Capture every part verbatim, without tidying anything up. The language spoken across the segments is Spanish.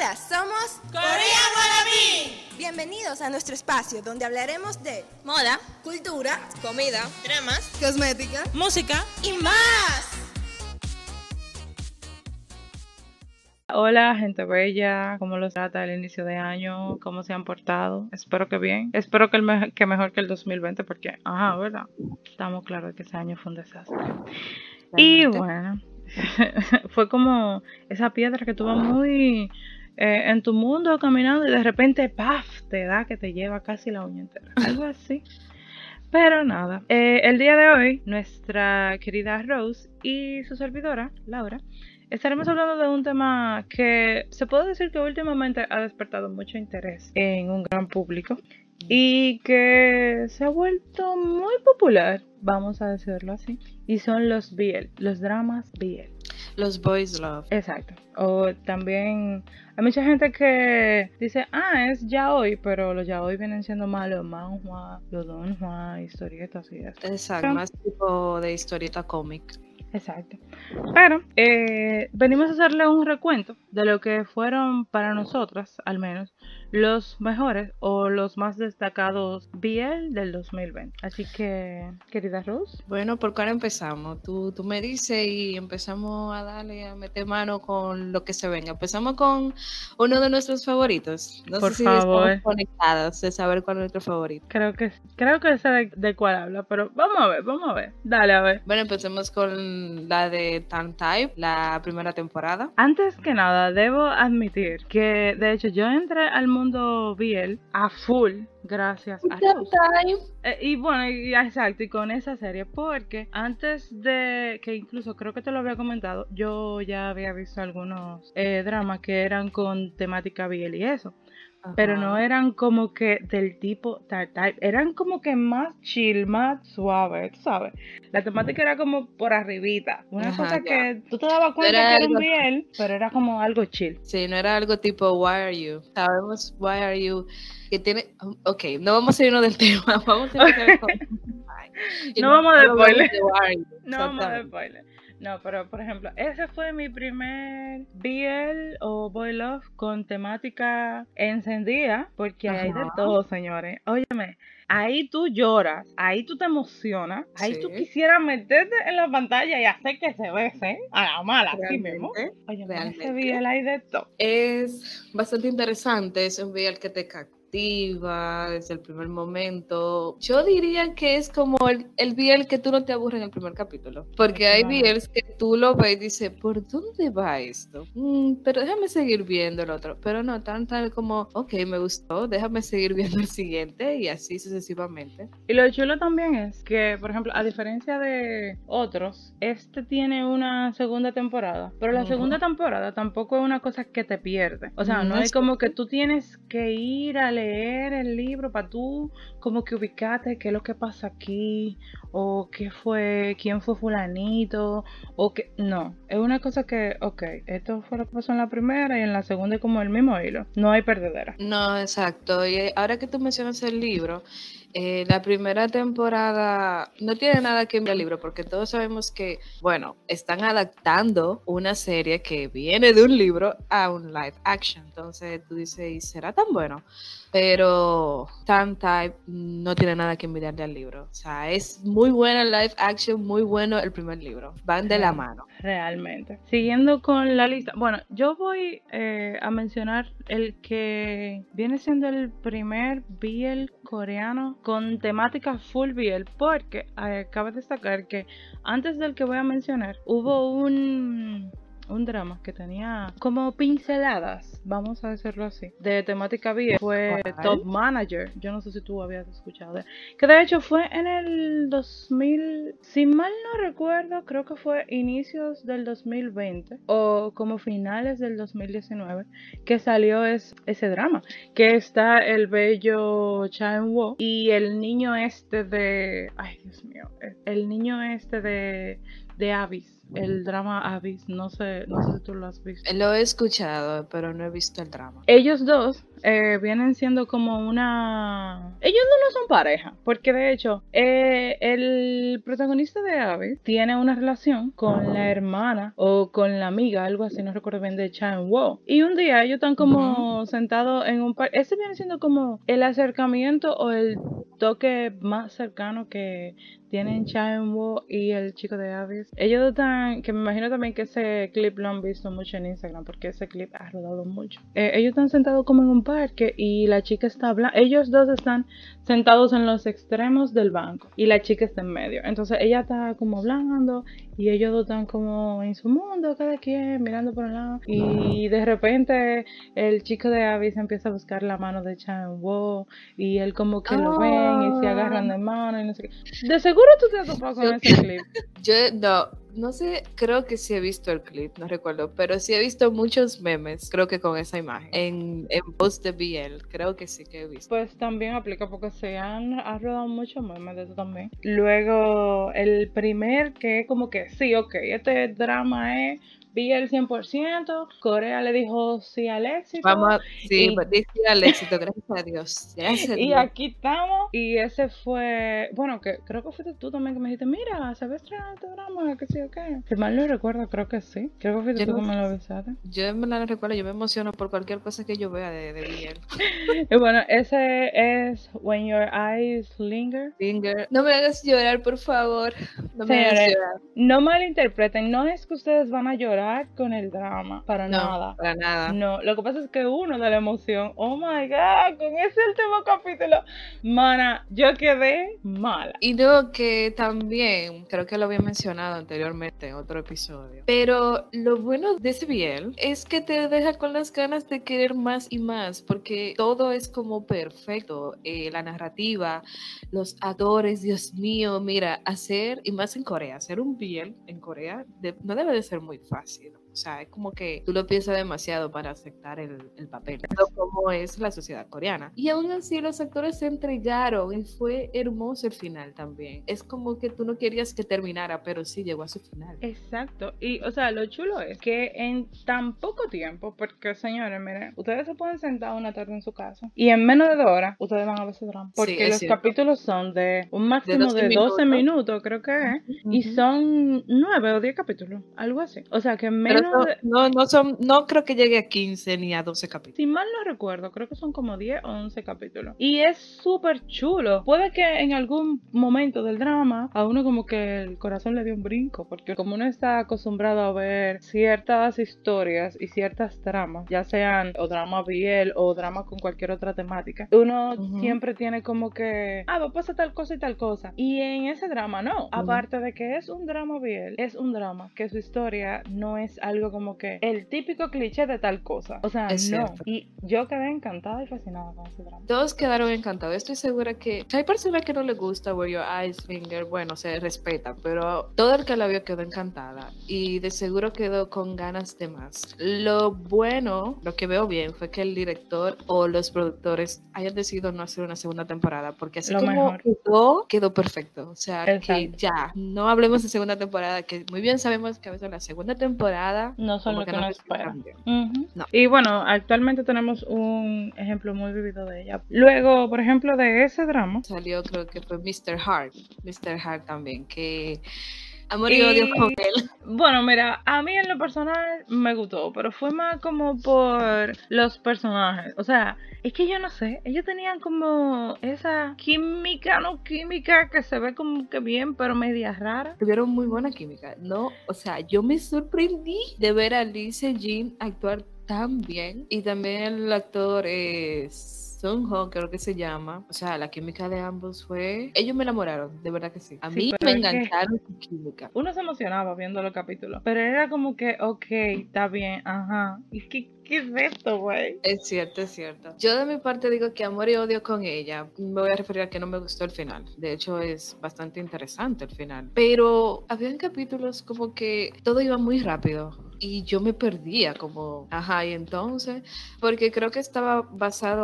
Hola, somos Korean Wannabe. Bienvenidos a nuestro espacio donde hablaremos de moda, cultura, comida, dramas, cosmética música y más. Hola, gente bella, ¿cómo los trata el inicio de año? ¿Cómo se han portado? Espero que bien. Espero que, el me- que mejor que el dos mil veinte porque, ajá, ¿verdad? Estamos claros que ese año fue un desastre. Y Realmente. bueno, fue como esa piedra que tú vas muy eh, en tu mundo caminando y de repente, ¡paf!, te da que te lleva casi la uña entera. Algo así. Pero nada, eh, el día de hoy, nuestra querida Rose y su servidora, Laura, estaremos hablando de un tema que se puede decir que últimamente ha despertado mucho interés en un gran público y que se ha vuelto muy popular, vamos a decirlo así, y son los B L, los dramas B L. Los boys love. Exacto. O también hay mucha gente que dice, ah, es yaoi, pero los yaoi vienen siendo más los manhwa, los donhwa, historietas y eso. Exacto, Pero- más tipo de historieta cómic. Exacto. Pero eh, venimos a hacerle un recuento de lo que fueron para nosotras, al menos, los mejores o los más destacados B L del dos mil veinte. Así que, querida Rose. Bueno, ¿por cuál empezamos? Tú, tú me dices y empezamos a darle, a meter mano con lo que se venga. Empezamos con uno de nuestros favoritos. No Por sé si favor. estamos conectadas de saber cuál es nuestro favorito. Creo que creo que sé de, de cuál habla, pero vamos a ver, vamos a ver. Dale, a ver. Bueno, empecemos con la de Tan Type, la primera temporada. Antes que nada, debo admitir que, de hecho, yo entré al mundo B L a full gracias a Rose. Eh, y bueno, y, exacto, y con esa serie, porque antes de, que incluso creo que te lo había comentado, yo ya había visto algunos eh, dramas que eran con temática B L y eso. Pero no eran como que del tipo Tar Type, eran como que más chill, más suave, tú sabes. La temática era como por arribita, una Ajá, cosa ya. que tú te dabas cuenta Era que era un algo- B L, pero era como algo chill. Sí, no era algo tipo Why Are You. Sabemos Why Are You que tiene. Ok, no vamos a irnos del tema. Vamos a empezar con. Y No vamos a luego hablamos spoiler. de Why Are You. No vamos a Exactamente. spoiler. No, pero por ejemplo, ese fue mi primer B L o Boy Love con temática encendida, porque hay de Ajá. todo, señores. Óyeme, ahí tú lloras, ahí tú te emocionas, ahí Sí. tú quisieras meterte en la pantalla y hacer que se besen a la mala, así mismo. Realmente, Óyeme, ese realmente. B L hay de todo. Es bastante interesante, es un video que te captiva desde el primer momento. Yo diría que es como el, el B L que tú no te aburres en el primer capítulo, porque hay B Ls que tú lo ves y dices, ¿por dónde va esto? Mm, pero déjame seguir viendo el otro, pero no, tan tal como, ok, me gustó, déjame seguir viendo el siguiente y así sucesivamente. Y lo chulo también es que, por ejemplo, a diferencia de otros, este tiene una segunda temporada, pero la Ujú. segunda temporada tampoco es una cosa que te pierde. O sea, no, No es es como que tú tienes que ir a leer el libro para tú como que ubicarte qué es lo que pasa aquí, o qué fue, quién fue fulanito, o que... No, es una cosa que, ok, esto fue lo que pasó en la primera y en la segunda es como el mismo hilo. No hay perdedera. No, exacto. Y ahora que tú mencionas el libro, eh, la primera temporada no tiene nada que ver el libro, porque todos sabemos que, bueno, están adaptando una serie que viene de un libro a un live action. Entonces tú dices, ¿y será tan bueno? Pero Tan Type no tiene nada que envidiarle al libro. O sea, es muy buena el live action, muy bueno el primer libro. Van de la mano. Realmente. Siguiendo con la lista. Bueno, yo voy eh, a mencionar el que viene siendo el primer B L coreano con temática full B L, porque eh, cabe destacar que antes del que voy a mencionar hubo un un drama que tenía como pinceladas, vamos a decirlo así, de temática B L. Fue ¿Cuál? Top Manager. Yo no sé si tú habías escuchado de él. Que de hecho fue en el dos mil, si mal no recuerdo, creo que fue inicios del dos mil veinte o como finales del dos mil diecinueve que salió es, ese drama. Que está el bello Chan-woo y el niño este de... Ay, Dios mío. El niño este de, de Abyss. El drama Abyss. No sé, no sé si tú lo has visto. Lo he escuchado, pero no he visto el drama. Ellos dos eh, vienen siendo como una... Ellos no son pareja, porque de hecho eh, el protagonista de Abby tiene una relación con la hermana o con la amiga, algo así, no recuerdo bien, de Chan Wo. Y un día ellos están como uh-huh. sentados en un parque. Ese viene siendo como el acercamiento o el toque más cercano que tienen Chan Wo y el chico de Abyss. Ellos están, que me imagino también que ese clip lo han visto mucho en Instagram, porque ese clip ha rodado mucho. Eh, ellos están sentados como en un parque y la chica está hablando. Ellos dos están sentados en los extremos del banco y la chica está en medio. Entonces ella está como hablando y ellos dos están como en su mundo, cada quien mirando por un lado. Y de repente el chico de Abyss empieza a buscar la mano de Chan Wo y él como que oh. lo ven y se agarran de mano y no sé qué. De seguro tú te has topado con yo, ese clip. Yo no, no sé, creo que sí he visto el clip, no recuerdo, pero sí he visto muchos memes, creo que con esa imagen, en, en post de B L, creo que sí que he visto. Pues también aplica porque se han, han rodado muchos memes de eso también. Luego, el primer que es como que sí, ok, este drama es B L cien por ciento, Corea le dijo sí al éxito. Vamos a, sí, y, sí al éxito, gracias a Dios. Gracias a y Dios. aquí estamos, y ese fue, bueno, que creo que fuiste tú también que me dijiste, mira, se ve estrenado este drama, que sí o qué. Si mal no recuerdo, creo que sí. Creo que fuiste yo tú no, que me lo avisaste. Yo me la recuerdo, yo me emociono por cualquier cosa que yo vea de, de B L. Y bueno, ese es When Your Eyes Linger. Linger. No me hagas llorar, por favor. No me Señores, hagas llorar. No malinterpreten, no es que ustedes van a llorar con el drama, para no, nada. para nada. No, lo que pasa es que uno de la emoción, oh my god, con ese último capítulo, mana, yo quedé mala. Y luego que también, creo que lo había mencionado anteriormente en otro episodio, pero lo bueno de ese B L es que te deja con las ganas de querer más y más, porque todo es como perfecto, eh, la narrativa, los actores, Dios mío, mira, hacer, y más en Corea, hacer un B L en Corea de, no debe de ser muy fácil. O sea, es como que tú lo piensas demasiado para aceptar el, el papel, pero como es la sociedad coreana. Y aún así los actores se entregaron y fue hermoso el final también. Es como que tú no querías que terminara, pero sí llegó a su final. Exacto. Y, o sea, lo chulo es que en tan poco tiempo, porque señores, miren, ustedes se pueden sentar una tarde en su casa y en menos de dos horas ustedes van a ver ese drama. Porque sí, los cierto. capítulos son de un máximo de doce, de doce minutos. minutos, creo que es, uh-huh. y son nueve o diez capítulos, algo así. O sea, que menos no, no, no, son, no creo que llegue a quince ni a doce capítulos. Si mal no recuerdo, creo que son como diez o once capítulos. Y es súper chulo. Puede que en algún momento del drama a uno como que el corazón le dio un brinco, porque como uno está acostumbrado a ver ciertas historias y ciertas tramas, ya sean o drama B L o drama con cualquier otra temática, uno uh-huh. siempre tiene como que, ah, va a pasar tal cosa y tal cosa. Y en ese drama no. Uh-huh. Aparte de que es un drama B L, es un drama que su historia no es algo como que el típico cliché de tal cosa. O sea, es no. Cierto. Y yo quedé encantada y fascinada con ese drama. Todos quedaron encantados. Estoy segura que hay personas que no les gusta Where Your Eyes Linger. Bueno, se respeta, pero todo el que la vio quedó encantada y de seguro quedó con ganas de más. Lo bueno, lo que veo bien fue que el director o los productores hayan decidido no hacer una segunda temporada, porque así lo como mejor. quedó, quedó perfecto. O sea, exacto. que ya, no hablemos de segunda temporada, que muy bien sabemos que a veces la segunda temporada no son lo que, que nos espera. Uh-huh. No. Y bueno, actualmente tenemos un ejemplo muy vivido de ella. Luego, por ejemplo, de ese drama salió, creo que fue mister Hart. mister Hart también, que amor y, y odio con él. Bueno, mira, a mí en lo personal me gustó, pero fue más como por los personajes. O sea, es que yo no sé, ellos tenían como esa química, no química, que se ve como que bien, pero media rara. Tuvieron muy buena química, ¿no? O sea, yo me sorprendí de ver a Lee Se-jin actuar tan bien. Y también el actor es... Sung-ho, creo que se llama. O sea, la química de ambos fue... Ellos me enamoraron, de verdad que sí. A sí, mí me engancharon su química. Uno se emocionaba viendo los capítulos, pero era como que, ok, está bien, ajá. ¿Y qué, qué es esto, güey? Es cierto, es cierto. Yo de mi parte digo que amor y odio con ella. Me voy a referir a que no me gustó el final. De hecho, es bastante interesante el final. Pero habían capítulos como que todo iba muy rápido. Y yo me perdía como, ajá, y entonces, porque creo que estaba basado en un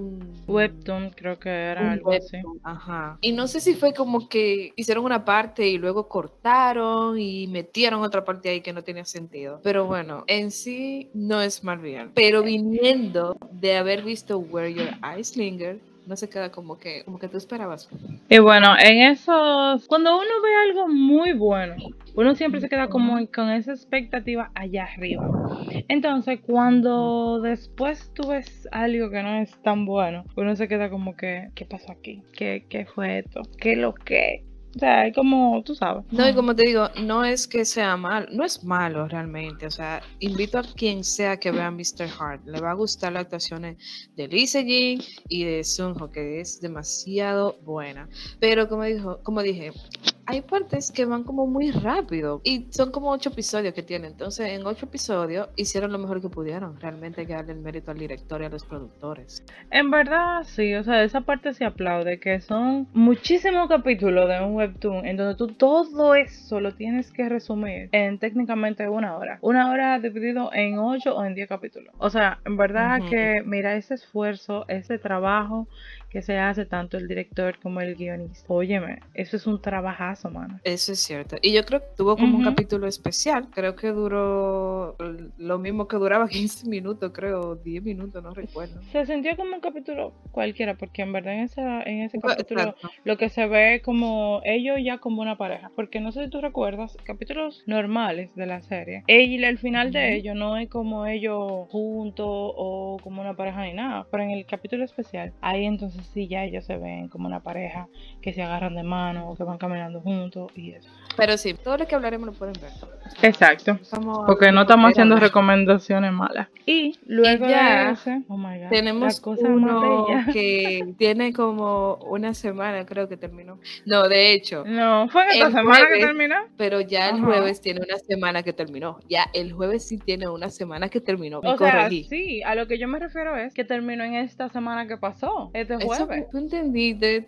un Webtoon, creo que era un algo así. webtoon, ajá. Y no sé si fue como que hicieron una parte y luego cortaron y metieron otra parte ahí que no tenía sentido. Pero bueno, en sí no es mal bien. Pero viniendo de haber visto Where Your Eyes Linger, no se queda como que, como que tú esperabas. Y bueno, en esos, cuando uno ve algo muy bueno, uno siempre se queda como con esa expectativa allá arriba. Entonces, cuando después tú ves algo que no es tan bueno, uno se queda como que, ¿qué pasó aquí? ¿Qué, qué fue esto? ¿Qué lo que? O sea, es como, tú sabes. No, y como te digo, no es que sea malo, no es malo realmente. O sea, invito a quien sea que vea míster Heart. Le va a gustar las actuaciones de Lee Se-jin y de Sunho, que es demasiado buena. Pero como dijo, como dije, hay partes que van como muy rápido y son como ocho episodios que tienen. Entonces, en ocho episodios hicieron lo mejor que pudieron. Realmente hay que darle el mérito al director y a los productores. En verdad, sí, o sea, esa parte se aplaude, que son muchísimos capítulos de un webtoon en donde tú todo eso lo tienes que resumir en técnicamente una hora. Una hora dividido en ocho o en diez capítulos. O sea, en verdad Ujú. que mira ese esfuerzo, ese trabajo que se hace tanto el director como el guionista. Óyeme, eso es un trabajazo, mano. Eso es cierto. Y yo creo que tuvo como un Ujú. capítulo especial. Creo que duró lo mismo que duraba quince minutos, creo, diez minutos, no recuerdo. Se sintió como un capítulo cualquiera, porque en verdad en, esa, en ese capítulo Exacto. lo que se ve como ellos ya como una pareja. Porque no sé si tú recuerdas, capítulos normales de la serie, ella, el final de Ujú. ellos no es como ellos juntos o como una pareja ni nada. Pero en el capítulo especial, ahí entonces sí ya ellos se ven como una pareja que se agarran de mano o que van caminando juntos y eso. Pero sí, todo lo que hablaremos lo pueden ver. O sea, Exacto. estamos Porque no hablando estamos por haciendo hablar. recomendaciones malas. Y luego Y ya de ese, oh my god, la tenemos cosa más uno bella. que tiene como una semana, creo que terminó. No, de hecho, No, fue en esta el semana que jueves, terminó. pero ya el Ajá. jueves tiene una semana que terminó. Ya el jueves sí tiene una semana que terminó. Me O sea, corregí. sí, a lo que yo me refiero es que terminó en esta semana que pasó, este Eso jueves. tú entendiste.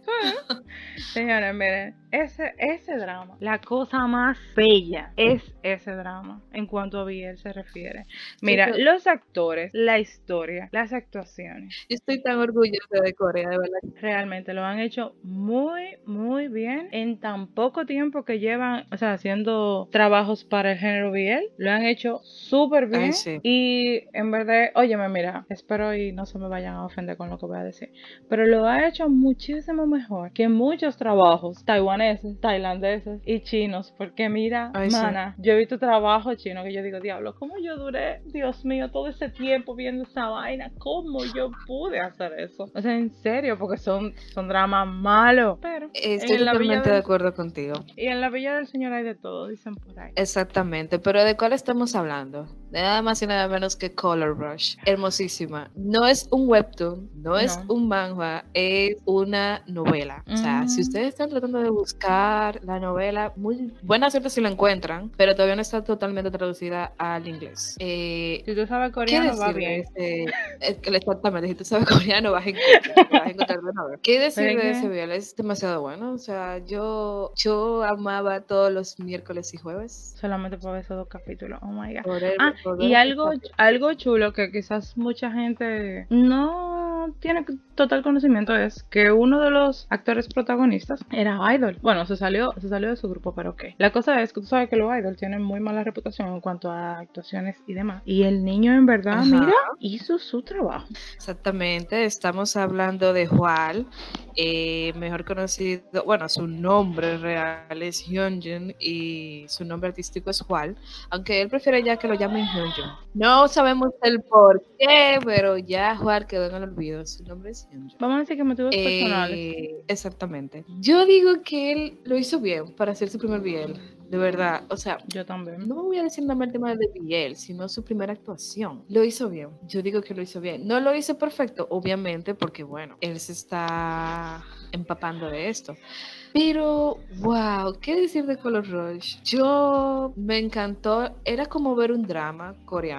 Señores, miren, ese, ese drama, la cosa más bella es ese drama en cuanto a Biel se refiere. Mira, Yo- los actores, la historia, las actuaciones, Yo estoy tan orgullosa de Corea, de verdad. realmente lo han hecho muy, muy bien en tan poco tiempo que llevan, o sea, haciendo trabajos para el género B L. Lo han hecho súper bien. Ay, sí. Y en verdad, óyeme, mira, espero y no se me vayan a ofender con lo que voy a decir, pero lo ha hecho muchísimo mejor que muchos trabajos taiwaneses, tailandeses y chinos. Porque mira, Ay, sí. mana, yo he visto trabajos chinos que yo digo, diablo, ¿cómo yo duré, Dios mío, todo ese tiempo viendo esa vaina? ¿Cómo yo pude hacer eso? O sea, en serio, porque son, son dramas malos. Pero Estoy en la Villa totalmente de del, acuerdo contigo. y en la Villa del Señor hay de todo, dicen por ahí. Exactamente, pero ¿de cuál estamos hablando? De nada más y nada menos que Color Rush. Hermosísima. No es un webtoon, no es No. un manga, es una novela. O sea, si Mm. ustedes están tratando de buscar la novela, muy buena suerte si la encuentran, pero todavía no está totalmente traducida al inglés. Eh, Si tú sabes ¿Qué coreano, va decir de bien. ese? Es que exactamente, si tú sabes coreano vas a encontrar, vas a encontrar de una vez. ¿Qué decir Pero es de que- ese B L? Es demasiado bueno. O sea, yo, yo amaba todos los miércoles y jueves. solamente por esos dos capítulos. Oh my god. Por el- Ah, por y ver algo, ese algo chulo que quizás mucha gente no tiene total conocimiento es que uno de los actores protagonistas era idol. Bueno, se salió, se salió de su grupo, pero ok. La cosa es que tú sabes que los idols tienen muy mala reputación en cuanto a actuaciones y demás. Y el niño en verdad, Ajá. mira, hizo su trabajo. Exactamente, estamos hablando de Hwal, eh, mejor conocido, bueno, su nombre real es Hyunjin y su nombre artístico es Hwal, aunque él prefiere ya que lo llamen Hyunjin. No sabemos el por qué, pero ya Hwal quedó en el olvido, su nombre es Hyunjin. Vamos a decir que motivos Eh, personales. exactamente. Yo digo que él lo hizo bien para hacer su primer B L, de verdad. O sea, Yo también. no me voy a decir nada más el tema de B L, sino su primera actuación. Lo hizo bien. Yo digo que lo hizo bien. No lo hizo perfecto, obviamente, porque bueno, él se está empapando de esto. Pero, wow, ¿qué decir de Color Rush? Yo me encantó. Era como ver un drama coreano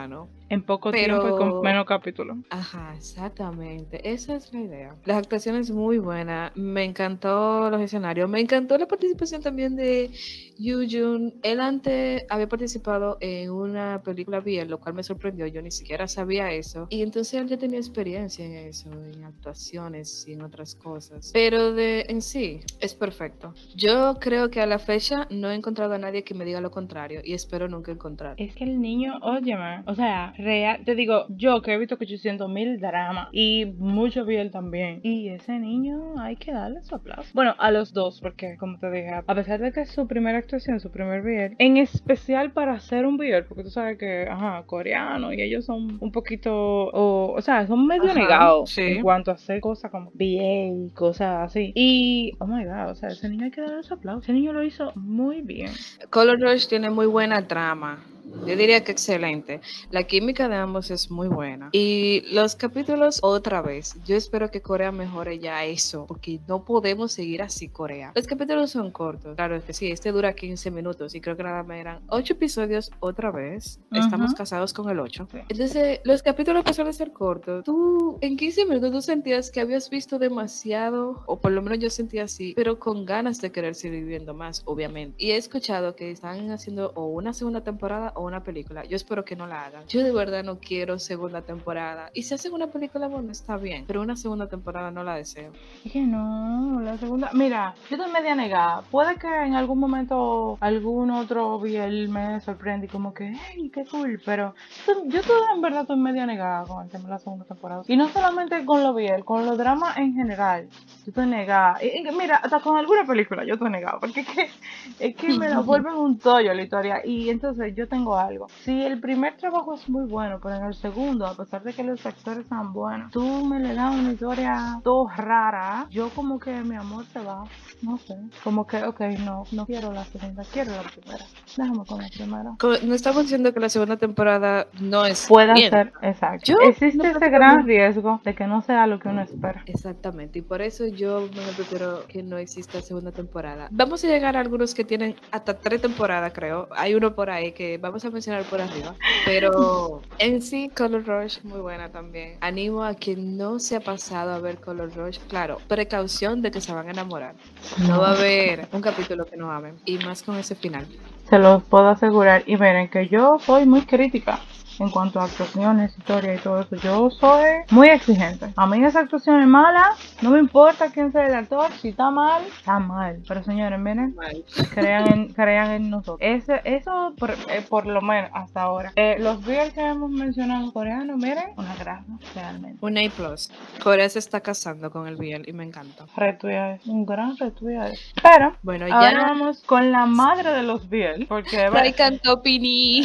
En poco tiempo y con pero menos capítulos. ajá, exactamente. Esa es la idea. Las actuaciones muy buenas. Me encantó los escenarios. Me encantó la participación también de Yoo Jun. Él antes había participado en una película bien, lo cual me sorprendió. Yo ni siquiera sabía eso. Y entonces él ya tenía experiencia en eso, en actuaciones y en otras cosas. Pero de en sí, es perfecto. Yo creo que a la fecha no he encontrado a nadie que me diga lo contrario y espero nunca encontrar. Es que el niño, óyeme, o sea, real, te digo, yo que he visto ochocientos mil dramas y mucho bien también. Y ese niño hay que darle su aplauso. Bueno, a los dos, porque como te dije, a pesar de que es su primera actuación, su primer B L, en especial para hacer un B L, porque tú sabes que, ajá, coreano y ellos son un poquito, o, o sea, son medio Ajá, negados sí. en cuanto a hacer cosas como B L y cosas así. Y, oh my god, o sea, ese niño hay que darle su aplauso. Ese niño lo hizo muy bien. Color Rush tiene muy buena trama. Yo diría que excelente. La química de ambos es muy buena. Y los capítulos, otra vez, yo espero que Corea mejore ya eso, porque no podemos seguir así, Corea. Los capítulos son cortos. Claro, es que sí, este dura quince minutos y creo que nada más eran ocho episodios otra vez. Ujú. Estamos casados con el ocho. Sí. Entonces, los capítulos, a pesar de ser cortos, tú en quince minutos tú sentías que habías visto demasiado, o por lo menos yo sentía así, pero con ganas de querer seguir viendo más, obviamente. Y he escuchado que están haciendo o una segunda temporada o una película. Yo espero que no la hagan. Yo de verdad no quiero segunda temporada. Y si hacen una película, bueno, está bien, pero una segunda temporada no la deseo. Es que no, la segunda. Mira, yo estoy media negada. Puede que en algún momento algún otro B L me sorprenda y como que, hey, qué cool. Pero yo toda en verdad estoy media negada con el tema de la segunda temporada. Y no solamente con los B L, con los dramas en general. Yo estoy negada. Y, y mira, hasta con alguna película yo estoy negada. Porque es que, es que me la vuelven un tollo la historia. Y entonces yo tengo algo. Si el primer trabajo es muy bueno, pero en el segundo, a pesar de que los actores sean buenos, tú me le das una historia todo rara, yo como que mi amor se va, no sé, como que, ok, no, no quiero la segunda, quiero la primera, déjame con la primera. Co- No estamos diciendo que la segunda temporada no es Puede bien. ser, exacto. Yo Existe no ese prefiero- gran riesgo de que no sea lo que uno espera. Exactamente, y por eso yo me prefiero que no exista segunda temporada. Vamos a llegar a algunos que tienen hasta tres temporadas, creo. Hay uno por ahí que vamos a mencionar por arriba. Pero en sí, Color Rush, muy buena también. Animo a quien no se ha pasado a ver Color Rush. Claro, precaución de que se van a enamorar. No va a haber un capítulo que no amen. Y más con ese final. Se los puedo asegurar. Y miren que yo soy muy crítica en cuanto a actuaciones, historia y todo eso. Yo soy muy exigente. A mí esa actuación es mala. No me importa quién sea el actor. Si está mal, está mal. Pero señores, miren, Mal. crean en, crean en nosotros. Ese, eso por, eh, por lo menos hasta ahora. Eh, los videos que hemos mencionado coreanos, miren, una grasa, realmente. Un A plus. Corea se está casando con el B L y me encanta. Retweet, un gran retweet. Pero, Bueno, ahora ya. vamos con la madre de los B L. Porque, Ray cantó Pini.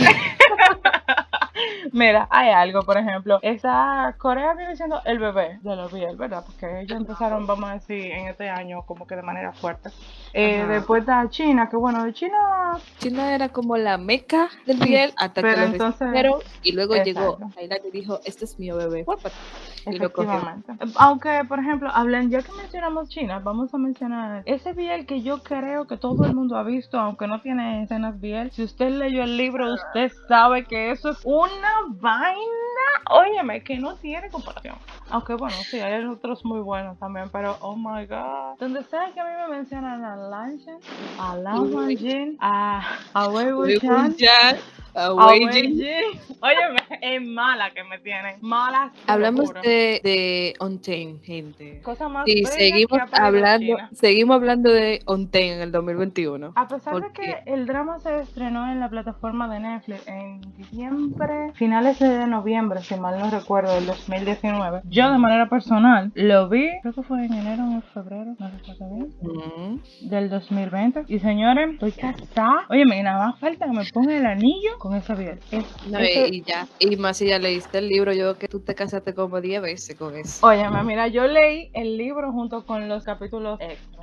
mira, hay algo, por ejemplo, esa Corea viene siendo el bebé de los B L, ¿verdad? Porque ellos empezaron, vamos a decir, en este año como que de manera fuerte. Eh, Ajá. después está China, que bueno, de China... China era como la meca del B L hasta pero que lo entonces- recibieron y luego Exacto. llegó Thailand y dijo, este es mi bebé. Guápate. Y lo cogió. Efectivamente. Aunque, por ejemplo, hablan, ya que mencionamos China, vamos a mencionar ese B L que yo creo que todo el mundo ha visto, aunque no tiene escenas B L. Si usted leyó el libro, usted sabe que eso es una vaina, óyeme, que no tiene comparación. Aunque bueno, sí, hay otros muy buenos también, pero oh my god. Donde sea que a mí me mencionan a Lanshan, a Lan Wanjin, a, a Wei Wuxian, Ya, a a Wei Wei Jin. Jin, óyeme, es mala que me tienen, mala. te lo Hablamos juro. de, de Untamed, gente. Cosa más Sí, bella seguimos que ha parido hablando, China. seguimos hablando de Untamed en el dos mil veintiuno. A pesar de Porque- que el drama se estrenó en la plataforma de Netflix en diciembre, finales de noviembre, si mal no recuerdo, del dos mil diecinueve, yo de manera personal lo vi, creo que fue en enero o en febrero, no recuerdo bien, Mm. del dos mil veinte. Y señores, estoy casada. Oye, nada más falta que me ponga el anillo con esa piel. Es, No, eso- y, y ya. Y más si ya leíste el libro, yo creo que tú te casaste como diez veces con eso. Óyeme, mira, yo leí el libro junto con los capítulos extra.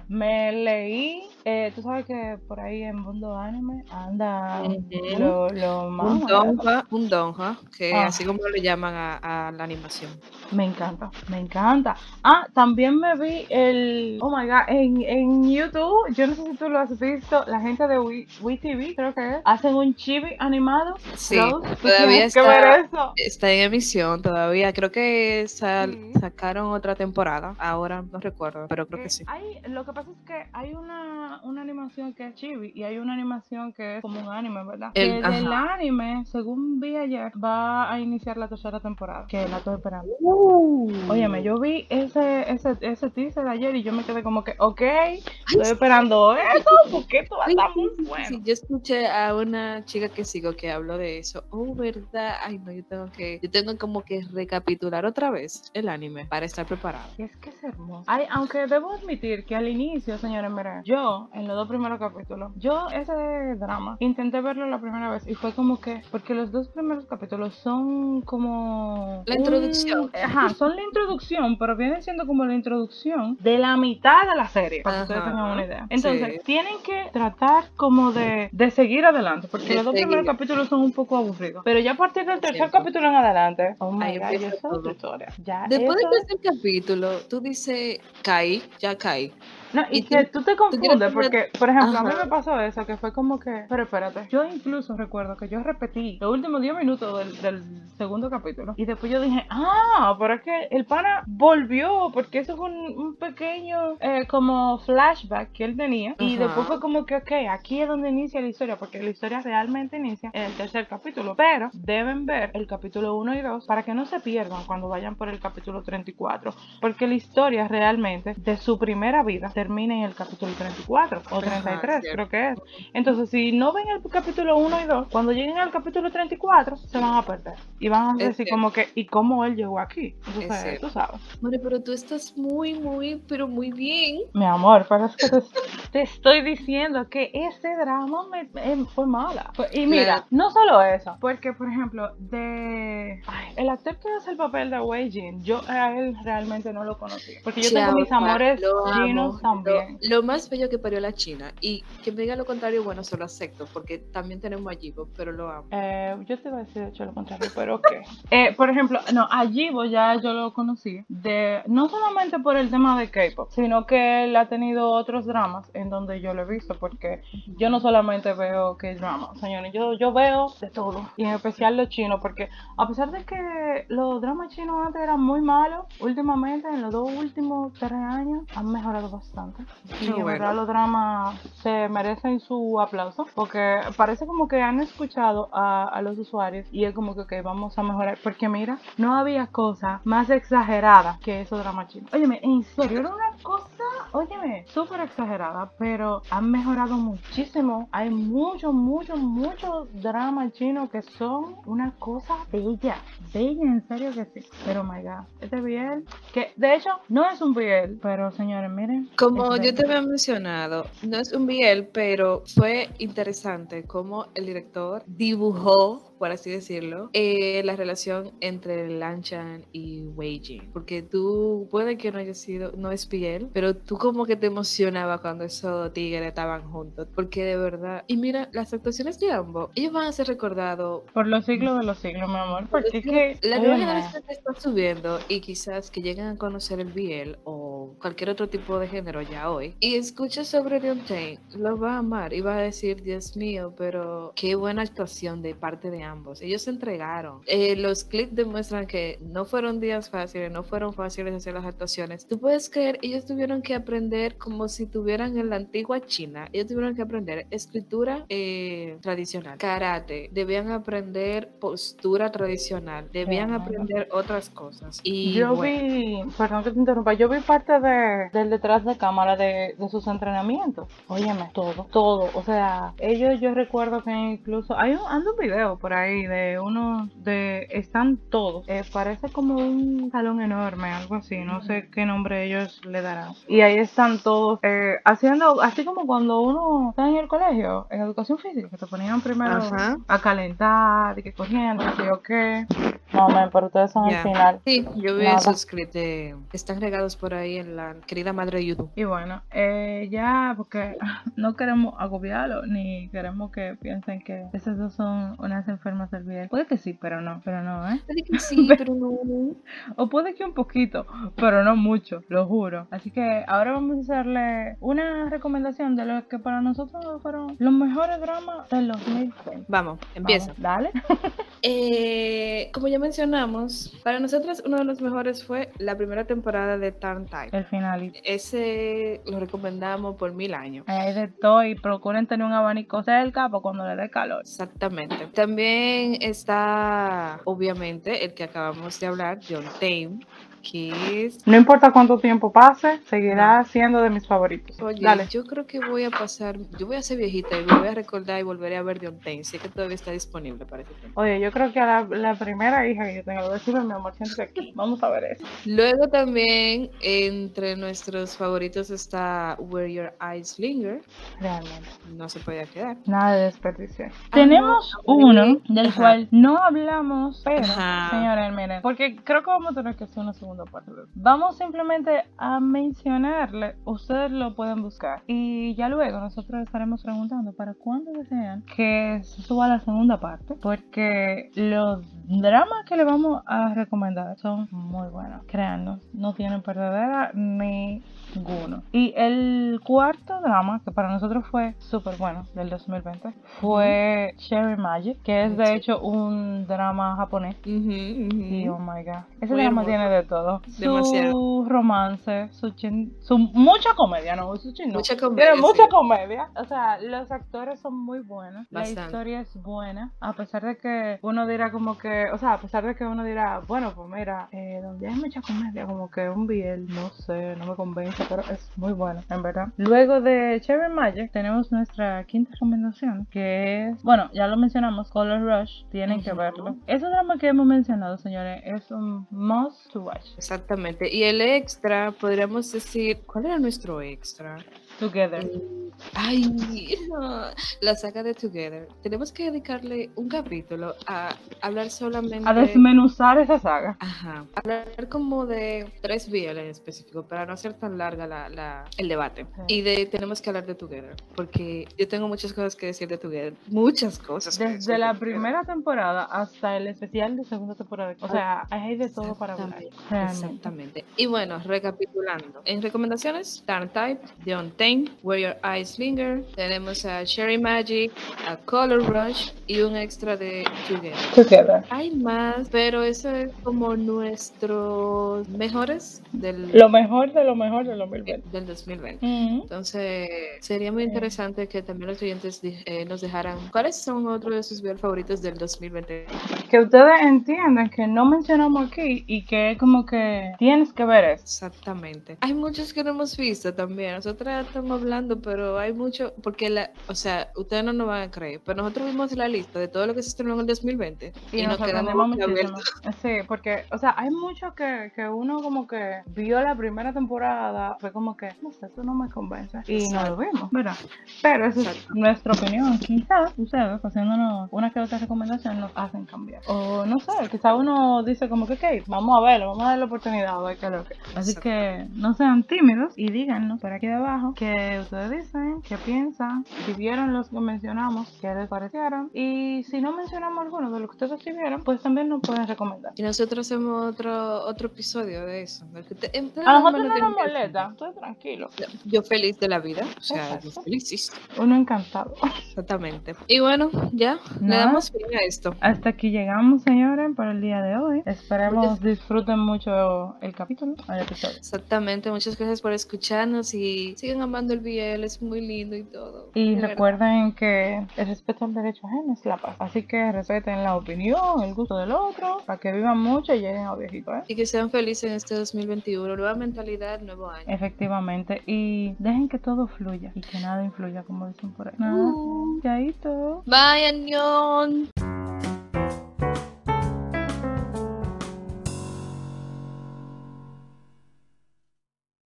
me leí, eh, tú sabes que por ahí en Mundo Anime anda Ujú. lo, lo más Un moderno. donja, un donja, que Ah. así como le llaman a, a la animación. Me encanta, me encanta. Ah, también me vi el, oh my god, en, en YouTube, yo no sé si tú lo has visto, la gente de WeTV, creo que es, hacen un chibi animado. Sí, Rose, tú todavía tienes que ver está, eso. está en emisión, todavía. Creo que sal- Mm. sacaron otra temporada, ahora no recuerdo, pero creo que Eh, sí. hay, lo que pasa es que hay una, una animación que es chibi y hay una animación que es como un anime, ¿verdad? El- que del ajá. anime, según vi ayer, va a iniciar la tercera temporada, que la estoy esperando. Uh. Óyeme, yo vi ese, ese, ese teaser ayer y yo me quedé como que, ok, Ay, estoy sí. esperando eso porque esto va a Ay, estar sí, muy sí, sí, bueno. sí. Yo escuché a una chica que sigo que habló de eso. Oh, verdad. Ay, no, yo tengo que, yo tengo como que recapitular otra vez el anime para estar preparado. Y es que es hermoso. Ay, aunque debo admitir que al inicio, señores, miren, yo en los dos primeros capítulos, yo ese drama intenté verlo la primera vez y fue como que, porque los dos primeros capítulos son como La un- introducción. ajá, son la introducción, pero vienen siendo como la introducción de la mitad de la serie, para que ustedes Ajá, tengan una idea. Entonces, sí. tienen que tratar como de, de seguir adelante, porque De los dos primeros seguir. capítulos son un poco aburridos, pero ya a partir del tercer Cierto. capítulo en adelante, oh my Ahí god, ya empieza es otra todo. historia. Ya Después eso del tercer capítulo, tú dices, caí, ya caí. No, y, Y que tú, tú te tú quieres confundes saber. porque, por ejemplo, a mí Ajá. me pasó eso, que fue como que, pero espérate, yo incluso recuerdo que yo repetí los últimos diez minutos del, del segundo capítulo y después yo dije, ah, pero es que el pana volvió porque eso fue un, un pequeño eh, como flashback que él tenía y Ajá. después fue como que, ok, aquí es donde inicia la historia porque la historia realmente inicia en el tercer capítulo, pero deben ver el capítulo uno y dos para que no se pierdan cuando vayan por el capítulo treinta y cuatro, porque la historia realmente de su primera vida termina en el capítulo treinta y cuatro o treinta y Ajá, tres, cierto. creo que es. Entonces, si no ven el capítulo uno y dos, cuando lleguen al capítulo treinta y cuatro, se van a perder. Y van a Es decir cierto. como que, ¿y cómo él llegó aquí? Es Entonces, cierto. tú sabes. Bueno, pero tú estás muy, muy, pero muy bien. Mi amor, pero es que te, te estoy diciendo que ese drama me, me- fue mala. Fue- Y mira, La- no solo eso, porque por ejemplo, de ay, el actor que hace el papel de Wei Jin, yo a él realmente no lo conocí. Porque yo tengo Chao, mis amores lo chinos amo. también. Lo, lo más bello que parió la China. Y que me diga lo contrario, bueno, se lo acepto, porque también tenemos a Jibo, pero lo amo. Eh, yo te iba a decir de hecho lo contrario, pero ok. Eh, por ejemplo, no, a Jibo ya yo lo conocí, de, no solamente por el tema de K-pop, sino que él ha tenido otros dramas en donde yo lo he visto, porque yo no solamente veo K-drama, señores, yo, yo veo de todo, y en especial los chinos, porque a pesar de que los dramas chinos antes eran muy malos, últimamente, en los dos últimos tres años, han mejorado bastante. Y Qué en bueno. verdad los dramas se merecen su aplauso, porque parece como que han escuchado a, a los usuarios y es como que ok, vamos a mejorar, porque mira, no había cosa más exagerada que esos dramas chinos. Óyeme, en serio, era una cosa, óyeme, súper exagerada, pero han mejorado muchísimo. Hay muchos, muchos, muchos dramas chinos que son una cosa bella, bella, en serio que sí. Pero my god, este B L, que de hecho no es un B L, pero señores, miren. Como es yo te bello. había mencionado, no es un B L, pero fue interesante cómo el director dibujó, por así decirlo, eh, la relación entre Lanchan y Wei Jin. Porque tú, puede que no haya sido, no es B L, pero tú como que te emocionaba cuando esos tigres estaban juntos. Porque de verdad, y mira, las actuaciones de ambos, ellos van a ser recordados. Por los siglos de los siglos, mi amor, porque es que, La nueva óyeme, generación que está subiendo y quizás que lleguen a conocer el B L o cualquier otro tipo de género ya hoy y escucha sobre The Untamed, lo va a amar y va a decir, Dios mío, pero qué buena actuación de parte de ambos. Ellos se entregaron. Eh, los clips demuestran que no fueron días fáciles, no fueron fáciles hacer las actuaciones. Tú puedes creer, ellos tuvieron que aprender como si tuvieran en la antigua China. Ellos tuvieron que aprender escritura eh, tradicional, karate, debían aprender postura tradicional, debían realmente. aprender otras cosas. Y Yo bueno, vi, perdón que te interrumpa, yo vi parte de, del detrás de cámara de, de sus entrenamientos. Óyeme, todo, todo. O sea, ellos yo recuerdo que incluso hay un, anda un video por ahí de uno de, están todos. Eh, parece como un salón enorme, algo así, no sé qué nombre ellos le darán. Y ahí están todos eh, haciendo, así como cuando uno está en el colegio, en educación física, que te ponían primero ajá. a calentar y que corriendo, así o qué. No, men, pero ustedes son Ya. el final. Sí, yo vi Nada. esos clips de- están regados por ahí en la querida madre de YouTube. Y bueno, eh, ya, porque no queremos agobiarlo, ni queremos que piensen que esas dos son unas enfermas del bien. Puede que sí, pero no, pero no, ¿eh? Puede que sí, pero no. O puede que un poquito, pero no mucho, lo juro. Así que ahora vamos a hacerle una recomendación de lo que para nosotros fueron los mejores dramas del dos mil veinte. Vamos, empieza. Vamos, dale. Eh, como ya mencionamos, para nosotros uno de los mejores fue la primera temporada de Turn Time. El finalito. Ese lo recomendamos por mil años. Ahí de todo y procuren tener un abanico cerca para cuando le dé calor. Exactamente. También está, obviamente, el que acabamos de hablar, John Tame, que es... No importa cuánto tiempo pase, seguirá siendo de mis favoritos. Oye, Dale. yo creo que voy a pasar, yo voy a ser viejita y me voy a recordar y volveré a ver John Tame. Sé que todavía está disponible para ese tiempo. Oye, yo creo que a la, la primera hija que yo tenga, le voy a decir, mi amor, siéntate aquí. Vamos a ver eso. Luego también, entre nuestros favoritos está Where Your Eyes Linger. Realmente. No se podía quedar. Nada de desperdicio. Ah, Tenemos no, uno sí. del Ajá. cual no hablamos, pero, Ajá. señores, miren, porque creo que vamos a tener que hacer una segunda parte. Vamos simplemente a mencionarle, ustedes lo pueden buscar y ya luego nosotros estaremos preguntando para cuándo desean que se suba la segunda parte, porque los dramas que le vamos a recomendar son muy buenos, créanos, no tienen perdedera ni ninguno. Y el cuarto drama, que para nosotros fue súper bueno, del dos mil veinte, fue Cherry Magic, que es de hecho un drama japonés. Ujú, ujú. Y oh my god, ese Muy drama hermoso. tiene de todo. Demasiado. Su romance, su chin, su mucha comedia, no, su chin, no. Mucha comedia, Tiene mucha sí. comedia. O sea, los actores son muy buenos. Bastante. La historia es buena. A pesar de que uno dirá como que, o sea, a pesar de que uno dirá, bueno, pues mira, eh, donde hay mucha comedia, como que un Biel, no sé, no me convence, pero es muy bueno, en verdad. Luego de Cherry Magic tenemos nuestra quinta recomendación, que es, bueno, ya lo mencionamos, Color Rush, tienen que Ujú. verlo. Ese drama que hemos mencionado, señores, es un must to watch. Exactamente. Y el extra, podríamos decir, ¿cuál era nuestro extra? Together. Eh, Ay, no, la saga de Together. Tenemos que dedicarle un capítulo a hablar solamente... A desmenuzar esa saga. Ajá. Hablar como de tres B L en específico, para no hacer tan larga la, la- el debate. Sí. Y de tenemos que hablar de Together, porque yo tengo muchas cosas que decir de Together. Muchas cosas. que decir Desde de la Together. primera temporada hasta el especial de segunda temporada. O sea, hay de todo para hablar. Exactamente, Realmente. Exactamente. Y bueno, recapitulando. En recomendaciones, Turn Type, John Tame, Where Your Eyes Linger. Tenemos a Cherry Magic, a Color Rush y un extra de Together. Together. Hay más, pero eso es como nuestros mejores del, Lo mejor de lo mejor de dos mil veinte. del dos mil veinte. Ujú. Entonces, sería muy Sí. interesante que también los oyentes di- eh, nos dejaran cuáles son otros de sus videos favoritos del dos mil veinte. Que ustedes entiendan que no mencionamos aquí y que es como que tienes que ver eso. Exactamente. Hay muchos que no hemos visto también. Nosotras estamos hablando, pero hay mucho, porque la, o sea, ustedes no nos van a creer, pero nosotros vimos la lista de todo lo que se estrenó en el dos mil veinte Y, y, nos nos quedamos sorprendemos muchísimo. boquiabiertos. Sí, porque, o sea, hay mucho que, que uno como que vio la primera temporada, fue como que, no sé, eso no me convence. Y no lo vimos, ¿verdad? Pero esa es Exacto. nuestra opinión. Quizás ustedes, haciéndonos una que otra recomendación, nos hacen cambiar. O no sé, quizás uno dice como que, ok, vamos a verlo, vamos a dar la oportunidad, a ver qué es lo que. Así Exacto. que no sean tímidos y díganos por aquí debajo que ustedes dicen, qué piensan, si vieron los que mencionamos, qué les parecieron. Y si no mencionamos alguno de los que ustedes sí vieron, pues también nos pueden recomendar. Y nosotros hacemos otro otro episodio de eso. del que te- em, A nosotros me no lo nos tienen que molesta, estoy tranquilo. hacer. Yo feliz de la vida. O sea, yo Exacto. feliz. Uno encantado. Exactamente. Y bueno, ya, le Nada. damos fin a esto. Hasta aquí llegamos, señores, por el día de hoy. Esperemos disfruten mucho el capítulo, el episodio. Exactamente, muchas gracias por escucharnos y sigan amando el B L, es muy lindo y todo. Y de verdad. recuerden que el respeto al derecho ajeno es la paz. Así que respeten la opinión, el gusto del otro, para que vivan mucho y lleguen a viejito, ¿eh? Y que sean felices en este dos mil veintiuno, nueva mentalidad, nuevo año. Efectivamente. Y dejen que todo fluya y que nada influya, como dicen por ahí. Nada. Uh. Chaito. Bye, Añón.